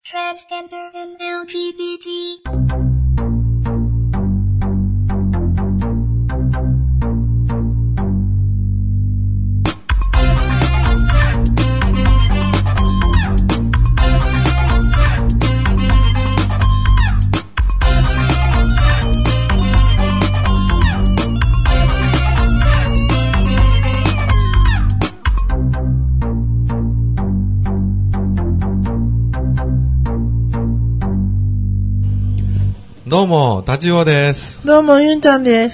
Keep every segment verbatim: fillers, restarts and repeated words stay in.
Transgender and エル ジー ビー ティーどうも、タチウオです。 どうも、ユンちゃんです。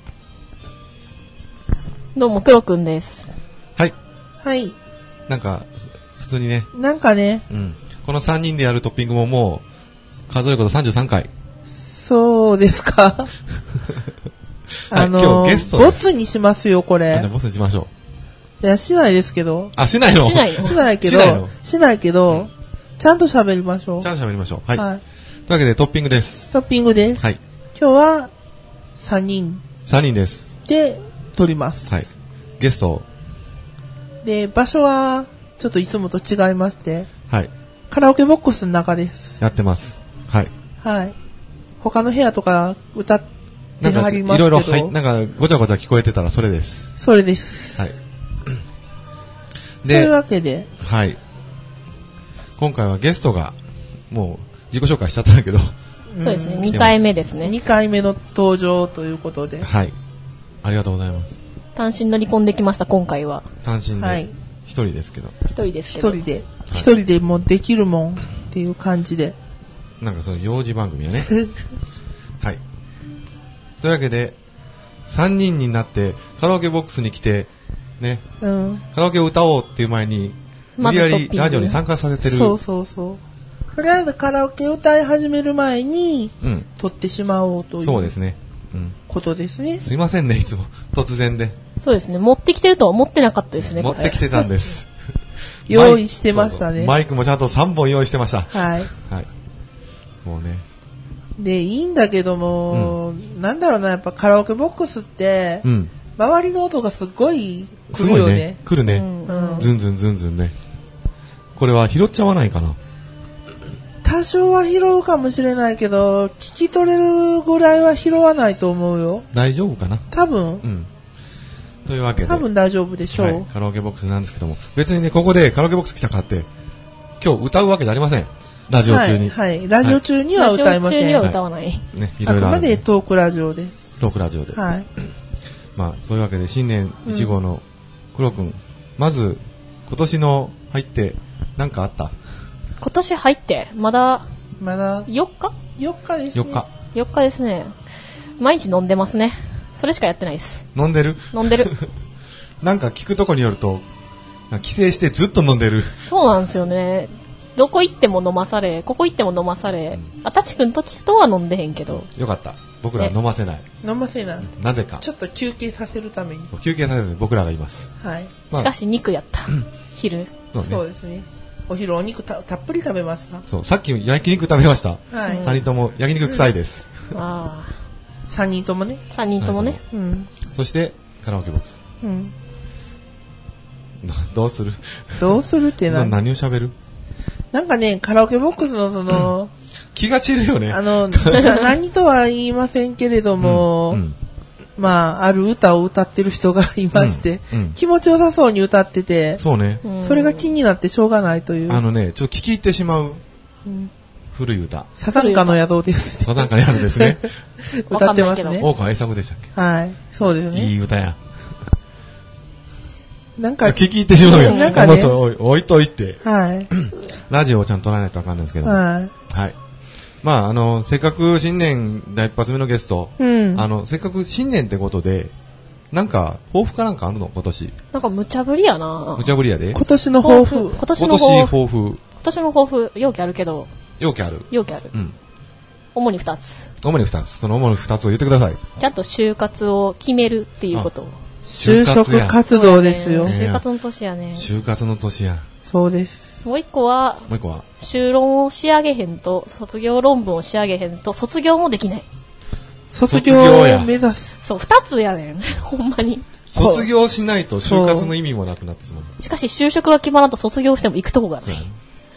どうも、クロくんです。 はい。 はい。 なんか、普通にね。 なんかね。 うん。このさんにんでやるトッピングももう、数えることさんじゅうさんかい。 そうですかあのー、今日ゲストボツにしますよ、これ。 じゃあボツにしましょう。いや、しないですけど。 あ、しないのしないのしないけど、しないのしないけど、うん、ちゃんと喋りましょう。 ちゃんと喋りましょう。はい。はいというわけでトッピングです。 トッピングです。 はい。 今日はさんにん。 さんにんです。 で、撮ります。 はい。ゲスト。 で、場所は、ちょっといつもと違いまして。 はい。 カラオケボックスの中です。 やってます。はい。 はい。他の部屋とか歌ってはりますけど。 いろいろはい、なんかごちゃごちゃ聞こえてたらそれです。 それです。 はい。 で、そういうわけで。 はい。今回はゲストが、もう、自己紹介しちゃったんだけど。 そうですね、にかいめですね。 にかいめの登場ということで。 はい。ありがとうございます。 単身乗り込んできました、今回は。 単身で。一人ですけど。 一人ですけど。 一人で。一人でもうできるもんっていう感じで。 なんかその幼児番組やね。はい。というわけで、さんにんになってカラオケボックスに来て、ね。うん。カラオケを歌おうっていう前に、無理やりラジオに参加させてる。 そうそうそう。とりあえずカラオケ歌い始める前に、うん、撮ってしまおうという。 そうですね。うん。 ことですね。 すいませんね、いつも。突然で。 そうですね。持ってきてるとは思ってなかったですね。 持ってきてたんです。 用意してましたね。 そうそう。マイクもちゃんとさんぼん用意してました。 はい。 はい。もうね。 で、いいんだけども、うん、なんだろうな、やっぱカラオケボックスって、うん、周りの音がすっごい来るよね。すごいね。 来るね。うん、ズンズンズンズンね。これは拾っちゃわないかな。 多少は拾うかもしれないけど、聞き取れるぐらいは拾わないと思うよ。 大丈夫かな？ 多分。うん。 というわけで。 多分大丈夫でしょう。はい、 カラオケボックスなんですけども、別にね、ここでカラオケボックス来たかって、今日歌うわけじゃありません。ラジオ中に。 はい。はい、ラジオ中には歌いません。 ラジオ中には歌わない。はい、 ね、いろいろある。 あくまでトークラジオです。 トークラジオで。 はい。 まあ、そういうわけで、新年いち号の黒くん、うん、まず、今年の入って、何かあった？ 今年入って、まだ、 まだよっか ? よっ 日ですね。 よっか。 よっかですね。毎日飲んでますね。それしかやってないです。 飲んでる？ 飲んでる。 なんか聞くとこによると、帰省してずっと飲んでる。 そうなんですよね。どこ行っても飲まされ、ここ行っても飲まされ、うん、あたちくんとちとは飲んでへんけど。 よかった。僕ら飲ませない。 飲ませない。 なぜか。 ちょっと休憩させるために。 そう、休憩させるために僕らがいます。 はい。 まあ、しかし肉やった。昼。 そうね。そうですね。お昼お肉 た, たっぷり食べました。 そう、さっき焼肉食べました。はい。さんにんとも焼肉臭いです。 うん、ああ。 さんにんともね。 さんにんともね。 うん。 そしてカラオケボックス。うん。どうする？ どうするって何？ 何を喋る？ なんかね、カラオケボックスのその、うん、 気が散るよね。 あの、何とは言いませんけれども、うんうん、まあ、ある歌を歌ってる人がいまして、うんうん、気持ちよさそうに歌ってて、 そうね。 それが気になってしょうがないという。 あのね、ちょっと聞き入ってしまう、うん、古い歌。 サザンカの宿です、 ね。サザンカの宿ですね。 歌ってますね。 大川栄作でしたっけ？ はい。そうですね。 いい歌や。 なんか、 聞き入ってしまうよ。 なんかね、 おい、置いといて。 はい。 ラジオをちゃんと撮らないとわかんないですけど。はい。はい。まあ、あの、せっかく新年第一発目のゲスト、うん、あの、せっかく新年ってことで、なんか、抱負かなんかあるの今年。 なんか無茶ぶりやな。 無茶ぶりやで。 今年の抱負。 今年の抱負。 今年抱負。 今年の抱負、容器あるけど。 容器ある。 容器ある。うん。主に二つ。 主に二つ。その主に二つを言ってください。 ちゃんと就活を決めるっていうことを。 就職活動ですよ。 就活の年やね。 就活の年や。 そうです。 もう一個は、 もう一個は、 修論を仕上げへんと、卒業論文を仕上げへんと、卒業もできない。 卒業を目指す。 そう、二つやねん。ほんまに。 卒業しないと就活の意味もなくなってしまう。 しかし就職が決まらんと卒業しても行くとこがない。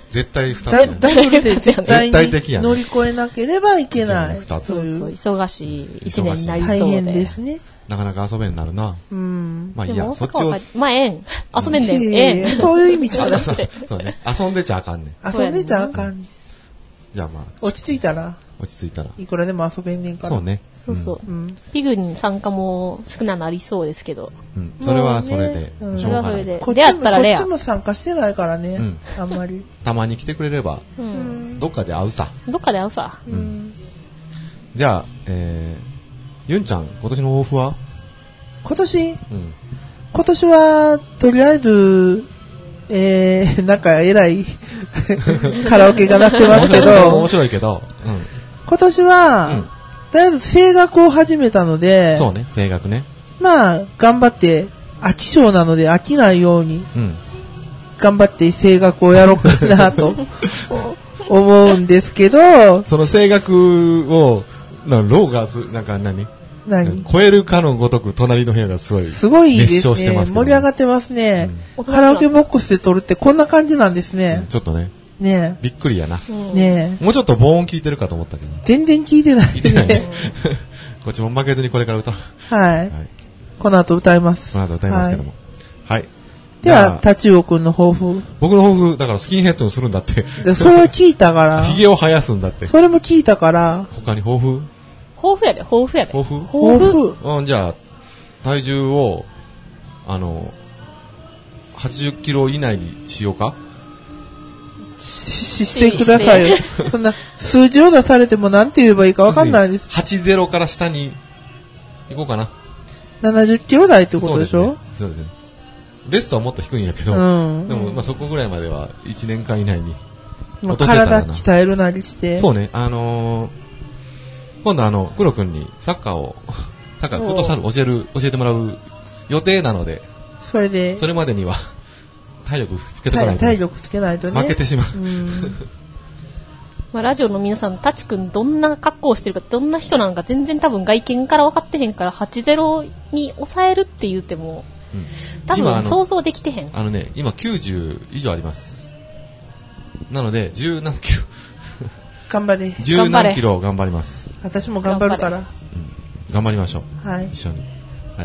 絶対二つダやね。 ダブルで絶対絶対的やねに乗り越えなければいけない。 二つそういそう、 う。 忙しい一年になりそう大で。 変ですね。 なかなか遊べんなるな。 うん。 まあいいや、 でもそっちを大阪は、まあ、ええん。遊べんねん。 いえやいやえん。 そういう意味じゃなくそうて。 そうね。遊んでちゃあかんねん。 遊んでちゃあかん。 じゃあまあ、 落ち着いたら落ち着いたら。 いくらでも遊べんねんから。 そう。ね。 そうそう。 うん。 ピグに参加も少ななりそうですけど。 うん。それはそれで、 もうねしょうがない。 それはそれでこっち出会ったらレアもこっちも参加してないからね。 うんあんまり。 たまに来てくれれば、 う。 うんん。 どっかで会うさ。 どっかで会うさ。 うん。 じゃあ、えー、ユンちゃん、今年の抱負は今年、 うん。 今年は、とりあえず、えー、なんか偉いカラオケが鳴ってますけ面ど、 白いけど、 今年は、 うん。うん。 とりあえず声楽を始めたので、 そうね、声楽ね。 まあ、頑張って、飽き性なので飽きないように、 うん。 頑張って声楽をやろうかなと思うんですけど、 その声楽を、なローがす、なんか何何超えるかのごとく隣の部屋がすごい。 すごいです熱唱してね。 ますけど盛り上がってますね。 うんカラオケボックスで撮るってこんな感じなんですね。 ちょっとね、 ねびっくりやな。 うんえ。ねえ。 もうちょっと防音聞いてるかと思ったけど。 全然聞いてない聞いてないねね。。 こっちも負けずにこれから歌う。 はい。 はい。 この後歌います。 この後歌いますけども。はい。 では、 じゃあ、 タチウオくんの抱負。 僕の抱負、だからスキンヘッドにするんだって。 でそれは聞いたから、 髭を生やすんだって。 それも聞いたから、 他に抱負抱負やで、抱負やで。 抱負抱抱負。 負。 うん、じゃあ、体重を、あの、はちじゅっキロ以内にしようかし、してくださいよ。そんな、数字を出されても何て言えばいいかわかんないです。 はちじゅうから下に行こうかな。 ななじゅっキロ台ってことでしょそうですね。そうですね。ベストはもっと低いんやけど、 うん。 でも、まあ、そこぐらいまではいちねんかん以内に。 まあ落とせたらな体鍛えるなりして。 そうね、あのー、今度あの、黒くんにサッカーを、サッカー、フットサル教える、教えてもらう予定なので、 それで、 それまでには、体力つけとかないと、 体体力つけないとね。 負けてしまう。 うん。 まあ、ラジオの皆さん、タチ君どんな格好をしてるか、どんな人なのか全然多分外見から分かってへんから、はちじゅうに抑えるって言っても、 うん多今あの分想像できてへん。 あのね、今きゅうじゅう以上あります。なので、十何キロ、 頑張れ。 十何キロ頑張ります。 私も頑張るから。 うん。頑張りましょう。 はい。 一緒に。はい。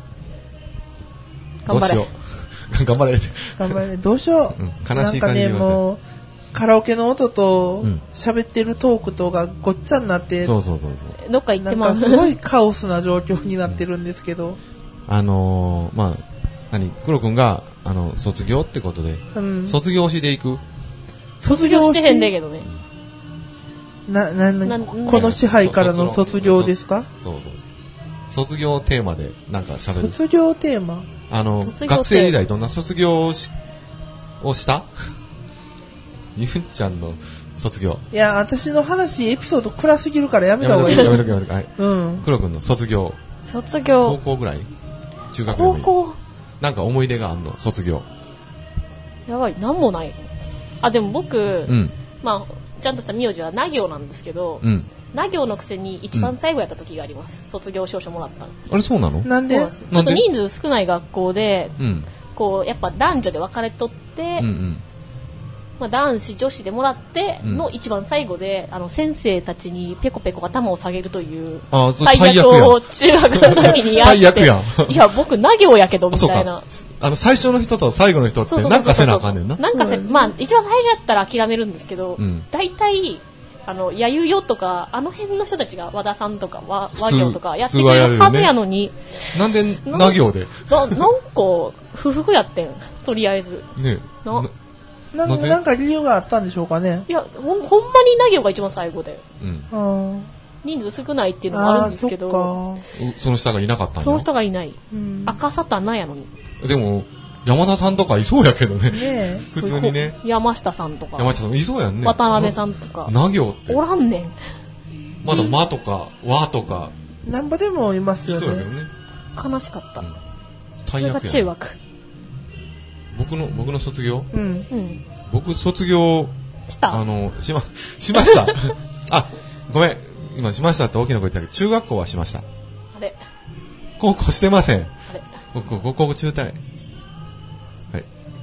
頑張れどうしよう。頑張れって。 頑張れ。どうしよう。 うん悲しい感じなんかね、 で言われてもう、カラオケの音とうん、 喋ってるトークとがごっちゃになって、 そうそうそうそう。 どっか行っなんてまう。 かすごいカオスな状況になってるんですけど。 あのー、まあ、何、黒くんが、あの、卒業ってことで、 うん。 卒業しでいく卒卒業し業してへんだけどね。 な、な、な、 なこの支配からの卒業ですかそうそうそう。卒業テーマでなんか喋る。 卒業テーマあの、 卒業テーマ学生時代どんな卒業をし、をしたゆんちゃんの卒業。 いや、私の話、エピソード暗すぎるからやめやめとく、 た方がいい。 やめとく、やめとく。はい。 うん。 黒くんの卒業。高卒業、 校ぐらい中学でもいい。 高校、 なんか思い出があんの卒業。 やばい、なんもない。あ、でも僕、 うん。 まあ、ちゃんとした名字はな行なんですけど、 うん。 な行のくせに一番最後やった時があります。卒業証書もらったの。 あれそうなのなんでそうなんですよちょっなんでと人数少ない学校で、 うん。 こう、やっぱ男女で分かれとって、 うんうん。 まあ、男子、女子でもらってうんの一番最後で、あの、先生たちにペコペコ頭を下げるという、 あ、それ大役大役やん。 を中学の時にやって。 大役やんいや、僕、な行やけど、 あ、そうみたいなか。。あの、最初の人と最後の人ってそうそうなんかせなあそうそうかんねんな。 なんかせ、まあ、一番最初やったら諦めるんですけどうん、 大体、あの、やゆよとか、あの辺の人たちが、和田さんとか、和通和行とかやって普通くはやるよねれるはずやのに、 なんで、な行で。 な、なんか、不服やってん。とりあえず。 ねなななぜなんか理由があったんでしょうかね。 いや、ほん、ほんまにな行が一番最後で。 うん。 うん。 人数少ないっていうのもあるああ、 んですけど、 そっか。 うその下がいなかったんやその人がいない。 うん。 赤サタンなんやのに。 でも、山田さんとかいそうやけどね。 ねえ。 普通にね。 山下さんとか、 山下さんいそうやんね。 渡辺さんとか、 な行って。 おらんねん。 まだ、まとか、わとか、 なんぼでもいますいよね。 そうやけどね。 悲しかった。 うんそれが大役やん。 中学。 僕の、僕の卒業うん。 うん。 僕卒業、 したあの、しま、しました。あ、ごめん。今しましたって大きな声言ったけど、中学校はしました。 あれ高校してません。 あれ僕、高校中退。はい。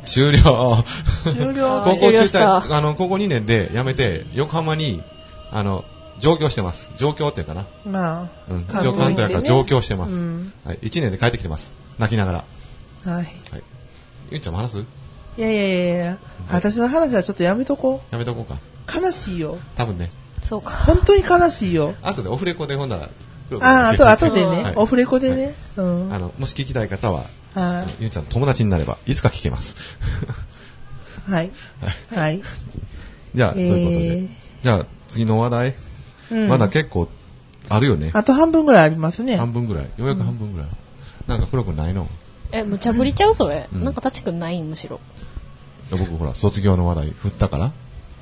終了。 終了。 高校中退、あの、高校にねんで辞めて、横浜に、あの、上京してます。上京っていうかな。 まあ。 うん。関東やから上京してます。 うん、 はい。いちねんで帰ってきてます。泣きながら。 はい。はい。 ゆうちゃんも話す？ いやいやいやいや、私の話はちょっとやめとこう。やめとこうか。 悲しいよ。 多分ね。 そうか。 本当に悲しいよ。 後でオフレコでほんなら、 ああ、あと、あとでね、 はい、 オフレコでね、 はい、 うん。 あの、もし聞きたい方は、 はい。 ゆうちゃんの友達になれば、いつか聞けます。 はい。はい。 じゃあ、えー、そういうことで。じゃあ、次の話題。うん、まだ結構、あるよね。 あと半分ぐらいありますね。 半分ぐらい。ようやく半分ぐらい。うん、なんか黒くないの？ え、無茶ぶりちゃうそれ。うん、なんかタチくんないむしろ。 僕ほら、卒業の話題振ったから。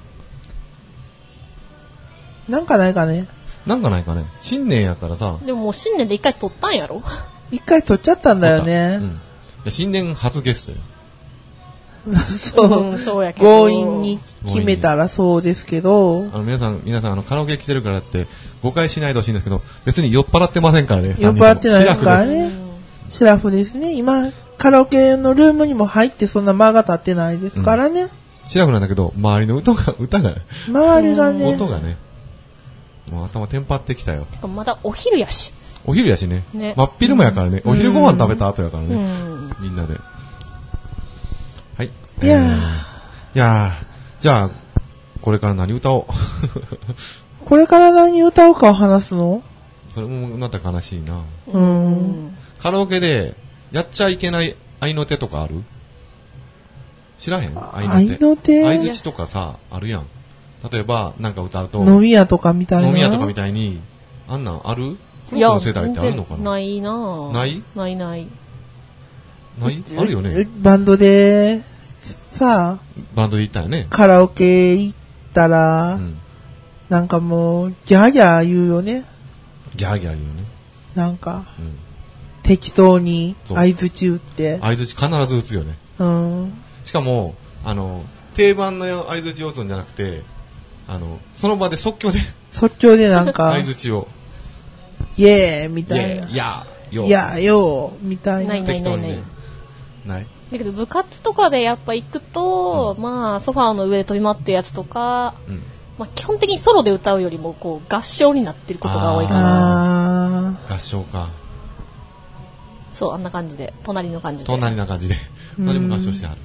なんかないかね。 なんかないかね。新年やからさ。 でももう新年で一回撮ったんやろ？ 一回撮っちゃったんだよね。 うん。新年初ゲストよ。 そう、うん、そうやけど。強引に決めたらそうですけど。 あの、皆さん、皆さん、あの、カラオケ来てるからって、誤解しないでほしいんですけど、別に酔っ払ってませんからね。 酔っ払ってないですからね。シラフですね。今、カラオケのルームにも入ってそんな間が立ってないですからね。うん、 シラフなんだけど、周りの歌が、歌が、 周りがね。 音がね。もう頭テンパってきたよ。 しかもまだお昼やし。 お昼やしね。 ね。 真っ昼間やからね。お昼ご飯食べた後やからね。うん、みんなで。はい。 いやー。 えー、いやー。じゃあ、これから何歌おう。 これから何歌うかを話すの？ それもまた悲しいな。 うん。 カラオケで、やっちゃいけない合の手とかある？知らへん？合の手？ 合づちとかさ、あるやん。例えば、なんか歌うと。 飲み屋とかみたいな。 飲み屋とかみたいに、あんなんある？ いや、 の世代ってあるのかな？ ないなないないない。 ないあるよね。 バンドで、さあ。 バンドで行ったよね。 カラオケ行ったら、うん、なんかもう、ギャーギャー言うよね。 ギャーギャー言うよね。 なんか、うん、適当に相づち打って。 相づち必ず打つよね。 うん。 しかも、あの、定番の相づちを打つんじゃなくて、あの、その場で即興で。 即興でなんか。 相づちを。 イエーみたいな。 いやー、よいやー、よーみたいな。 ないないないない。 ないだけど部活とかでやっぱ行くと、うん、まあソファーの上で飛び回ってるやつとか、うん、まあ基本的にソロで歌うよりもこう合唱になってることが多いかな。 合唱か。 そう、あんな感じで、隣の感じで。 隣な感じで。隣も合唱してある。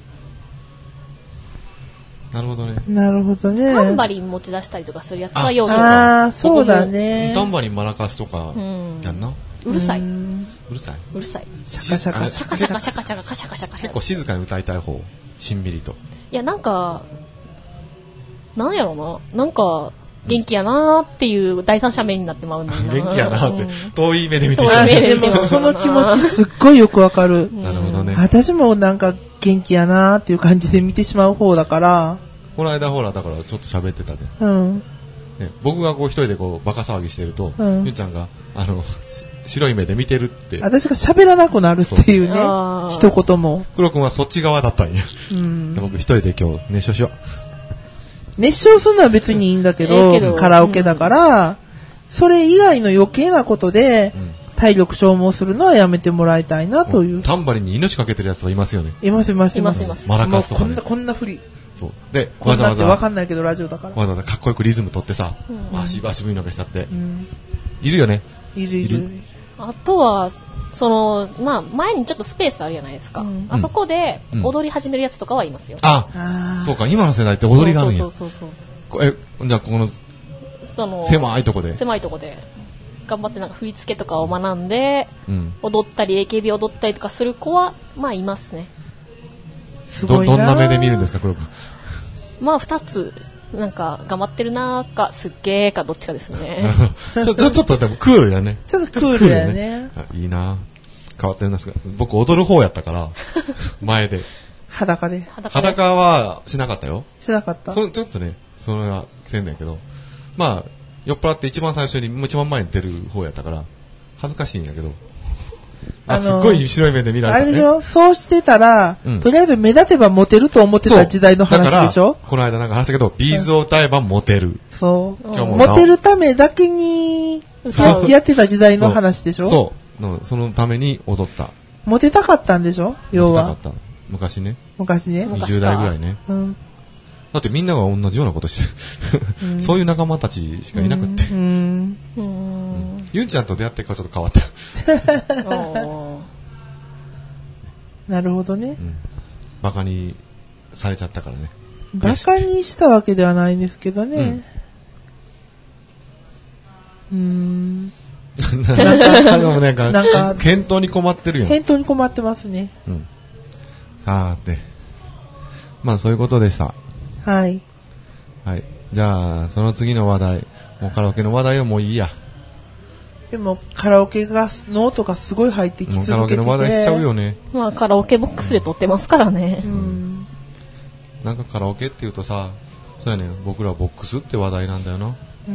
なるほどね。 なるほどね。 タンバリン持ち出したりとかするやつはよく。 ああ、そうだね。 タンバリンマラカスとかやんな。 うるさい。 うるさい。 うるさい。 シャカシャカシャカシャカシャカシャカシャカシャカ。 結構静かに歌いたい方。しんみりと。 いや、なんか、なんやろな。なんか、元気やなーっていう第三者目になってまうねんな。 元気やなーって、うん、遠い目で見てしまう。でもその気持ちすっごいよくわかる。 なるほどね。 私もなんか元気やなーっていう感じで見てしまう方だから。 この間ほらだからちょっと喋ってたで。 うん。 ね、僕がこう一人でこうバカ騒ぎしてると、うん、ゆんちゃんがあの白い目で見てるって。 私が喋らなくなるっていうね。一言も。 黒くんはそっち側だったんや。うん。で僕一人で今日熱唱しよう。 熱唱するのは別にいいんだけど、えー、けどカラオケだから、うん、それ以外の余計なことで、うん、体力消耗するのはやめてもらいたいなという。 タンバリンに命かけてるやつとかいますよね。 いますいますいます。 いますマラカスとか、ね、 こんな、こんなふり。 そう。で、 わざわざ。わかんないけどラジオだから。 わざわざかっこよくリズム取ってさ、うん、足、足踏みなんかしちゃって、うん。いるよね。 いるいる。いるあとは、その、まあ、前にちょっとスペースあるじゃないですか。うん、あそこで踊り始めるやつとかはいますよ。 うん、ああ、そうか、今の世代って踊りがあるんや。 そうそうそうそう。 え、じゃあここの、その、狭いとこで。 狭いとこで。頑張ってなんか振り付けとかを学んで、うん、踊ったり エーケービー 踊ったりとかする子は、まあいますね。 すごいな。 ど、どんな目で見るんですか、黒くん。 まあ二つ。なんか、頑張ってるなーか、すっげーか、どっちかですね。 ちょ、ちょ、ちょっとでもクールやね。 ちょっとクールやね。 いいな変わってるんですが、僕踊る方やったから、前で。 裸で。 裸はしなかったよ。 しなかったそちょっとね、それはせんねんけど、まあ、酔っ払って一番最初に、一番前に出る方やったから、恥ずかしいんやけど。あ、すっごい白い目で見られた、ね。 あれでしょそうしてたら、うん、とりあえず目立てばモテると思ってた時代の話でしょこの間なんか話したけど、ビーズを歌えばモテる。 そう。今日もモテるためだけにや、やってた時代の話でしょそう。そう。そのために踊った。 モテたかったんでしょ要は。 モテたかった。 昔ね。 昔ね。 にじゅう代ぐらいね。 うん。 だってみんなが同じようなことしてる、うん、そういう仲間たちしかいなくって。うん。うん。うん、ユンちゃんと出会ってからちょっと変わった。 なるほどね。うん。 バカにされちゃったからね。 バカにしたわけではないんですけどね。うん。うーんでもなんか、なんか返答に困ってるよ。 返答に困ってますね。うん。 さーて。まあそういうことでした。 はい。 はい。じゃあ、その次の話題。もうカラオケの話題はもういいや。 でも、カラオケが、ノートがすごい入ってき続けてて。もうカラオケの話題しちゃうよね。 まあカラオケボックスで撮ってますからね。うん。うん、 なんかカラオケって言うとさ、そうやね、僕らボックスって話題なんだよな。うん。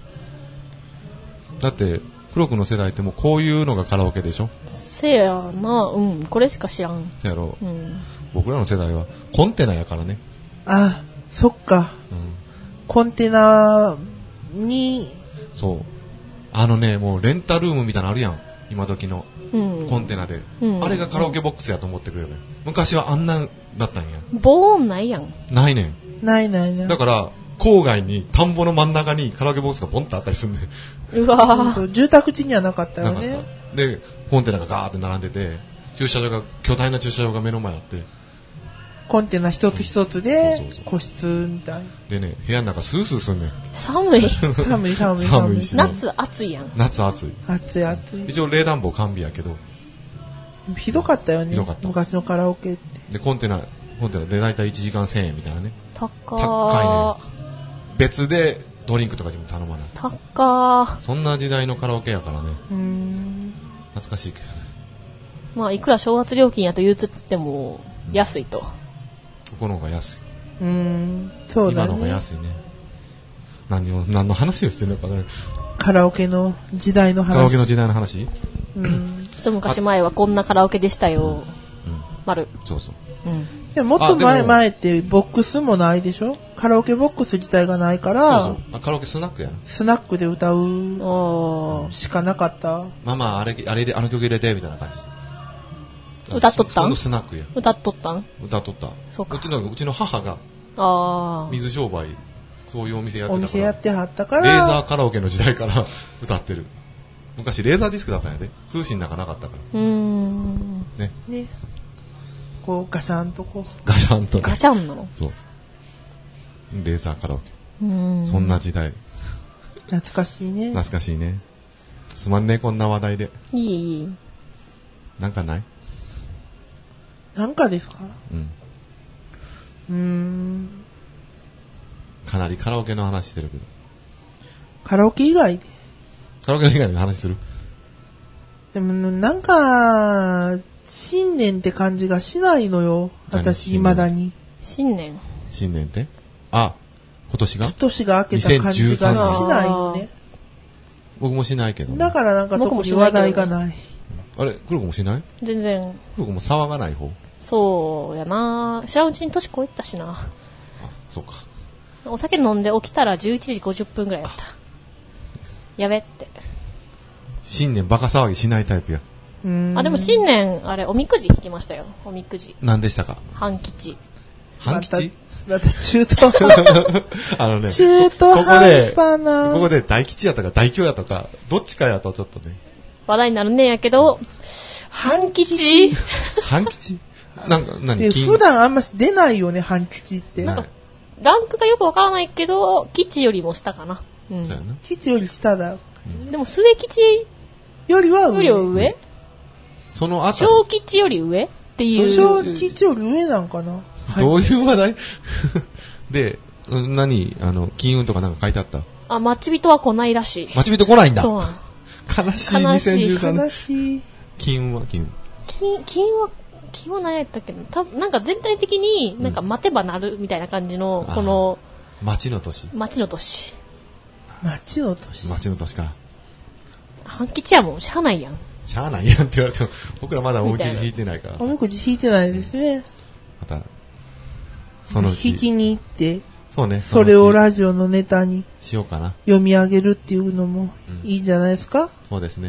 だって、黒くの世代ってもうこういうのがカラオケでしょ？ せやな、うん、これしか知らん。 せやろ、うん。僕らの世代はコンテナやからね。 あ、そっか。うん、コンテナに。 そう。あのね、もうレンタルームみたいなのあるやん。今時の。うん、コンテナで、うん。あれがカラオケボックスやと思ってくれるね。昔はあんなだったんや。 防音ないやん。 ないねん。ないないない。 だから、郊外に田んぼの真ん中にカラオケボックスがボンとあったりするんで。 うわぁ。住宅地にはなかったよね。 で、コンテナがガーって並んでて、駐車場が、巨大な駐車場が目の前あって。 コンテナ一つ一つで、個室みたい。 でね、部屋の中スースーすんねん。 寒い。 寒い寒い寒いし。 夏暑いやん。 夏暑い。 暑い暑い。 一応冷暖房完備やけど。 ひどかったよね。 ひどかった。 昔のカラオケって。 で、コンテナ、コンテナでだいたいいちじかんせんえんみたいなね。 高高いね。別でドリンクとかでも頼まない。 高ー。 そんな時代のカラオケやからね。うーん。懐かしいけどね。 まあいくら正月料金やと言うとっても安いと。うん、 ここの方が安い。 うーん。そうだね。 今の方が安いね。何を何の話をしてるのかね。 カラオケの時代の話。 カラオケの時代の話。 うん。一昔前はこんなカラオケでしたよ。うん。丸。 そうそう。うん。 でももっと前前ってボックスもないでしょ？カラオケボックス自体がないから。そうそう。カラオケスナックやな。 スナックで歌うしかなかった。 まあまあ、あれ、あれ、あの曲入れて、みたいな感じ。歌っとったん？ スナックや。 歌っとったん？ 歌っとった。 そうか。 うちの、うちの母が、 あ水商売、そういうお店やってたから。 お店やってはったから。 レーザーカラオケの時代から歌ってる。昔レーザーディスクだったんやで。通信なんかなかったから。うーん。ね。ね。 こうガシャンとこうガシャンと、ね、 ガシャンなのそうレーザーカラオケうんそんな時代懐かしいね懐かしいねすまんねこんな話題でいいいいなんかないなんかですかうんうーんかなりカラオケの話してるけどカラオケ以外でカラオケ以外の話するでもなんか新年って感じがしないのよ。私、未だに。 新年新年ってあ、今年が今年が明けた感じがしないよね。 僕もしないけど、ね。 だからなんか特に話題がない。ないあれ、黒子もしない全然。 黒子も騒がない方そうやな知らんうちに年越えたしな。あ、 そうか。 お酒飲んで起きたらじゅういちじごじゅっぷんぐらいだった。やべって。 新年バカ騒ぎしないタイプや。 あ、でも新年、あれ、おみくじ引きましたよ。おみくじ。 何でしたか半吉。 半吉また中途あのね、 中途半端なここで、ここで大吉やとか大凶やとか、どっちかやとちょっとね。 話題になるねんやけど、半吉半吉なんか、何普段あんまし出ないよね、半吉って。なんか、 ランクがよくわからないけど、吉よりも下かな。 うん。そうやな。 吉より下だ。 うん、でも末吉よりは上。 より上、うんその後小吉より上っていう。 小吉より上なんかなどういう話題で、何あの、金運とかなんか書いてあったあ、待ち人は来ないらしい。 待ち人来ないんだ。 そう。 悲しいにせんじゅうさんねん。 悲しい。 金運は金運。 金、金は、金は何やったっけな多分なんか全体的になんか待てばなるみたいな感じの、うん、この。 待ちの年。 待ちの年。 待ちの年。 待ちの年か。 半吉やもん、しゃあないやん。 しゃあないやんって言われても、僕らまだおみくじ引いてないからさ。 おみくじ引いてないですね。 また、そのうち。 引きに行って、 そうね。 それをラジオのネタにしようかな。 読み上げるっていうのもいいんじゃないですか、うん、 そうですね。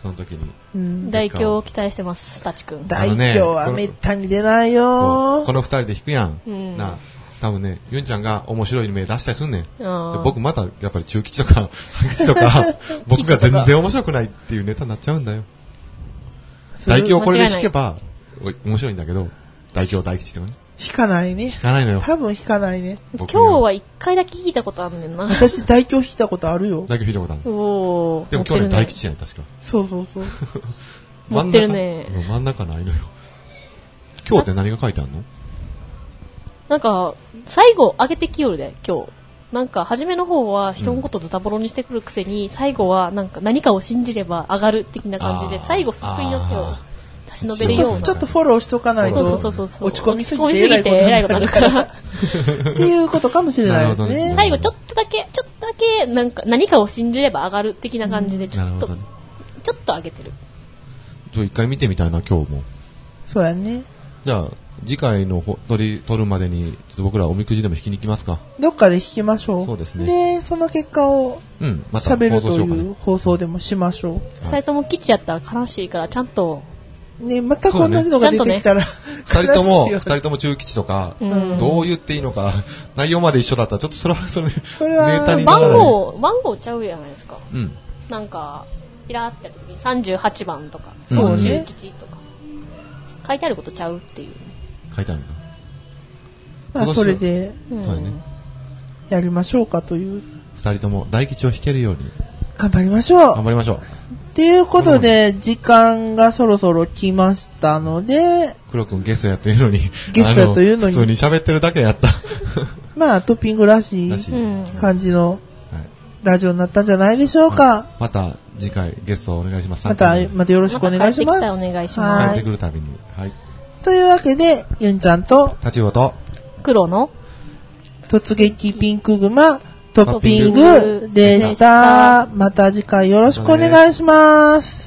その時に。 うん、大凶を期待してます、タチ君。 大凶はめったに出ないよ。 この二人で弾くやん。うん、な多分ね、ユンちゃんが面白い目出したりすんねん。で僕またやっぱり中吉とか、半吉とか、僕が全然面白くないっていうネタになっちゃうんだよ。大凶これで弾けば面白いんだけど、大凶大吉とかね。 弾かないね。 弾かないのよ。 多分弾かないね。 今日は一回だけ弾いたことあるねんな。 私大凶弾いたことあるよ。 大凶弾いたことある。 おー。 でも去年大吉じゃない、確か。 そうそうそう。 持ってるね。 真ん中ないのよ。今日って何が書いてあるの？ なんか、最後上げてきよるで、今日。なんか、初めの方は人のことズタボロにしてくるくせに、うん、最後はなんか何かを信じれば上がる的な感じで、最後、救いの手を差し伸べるような。 ちょっとフォローしとかないと、 そうそうそうそう落ち込みすぎて偉いことになるから。っていうことかもしれないですね。 最後、ちょっとだけ、ちょっとだけ、なんか、何かを信じれば上がる的な感じで、ちょっと、うんね、ちょっと上げてる。 ちょ、一回見てみたいな、今日も。 そうやね。 じゃあ、次回の取り、取るまでに、ちょっと僕らおみくじでも引きに行きますか。 どっかで引きましょう。 そうですね。 で、その結果を、うん、また喋るという放送でもしましょう。 二人とも基地やったら悲しいから、ちゃんと。 ね、また同じのが出てきたら、ね、 二人とも、二人とも中基地とか、うん、どう言っていいのか、内容まで一緒だったら、ちょっとそれは、それ、それはネタにならない。 番号、番号ちゃうじゃないですか。うん。なんか、ピラーってやった時にさんじゅうはちばんとか、そう、中基地とか、書いてあることちゃうっていう。 書いてあるのまあ、それで、そうね。やりましょうかという。 二人とも大吉を弾けるように。 頑張りましょう。 頑張りましょう。 っていうことで、時間がそろそろ来ましたので。 黒くんゲストやってるのに。 ゲストやというのに。 普通に喋ってるだけやった。 まあ、トッピングらしい感じのラジオになったんじゃないでしょうか。 また次回ゲストをお願いします。 また、またよろしくお願いします。また帰ってきたらお願いします。 帰ってくるたびに。はい。 というわけで、ユンちゃんと、 タチウオと、 黒の、 突撃ピンクグマ、トッピングでした。また次回よろしくお願いします。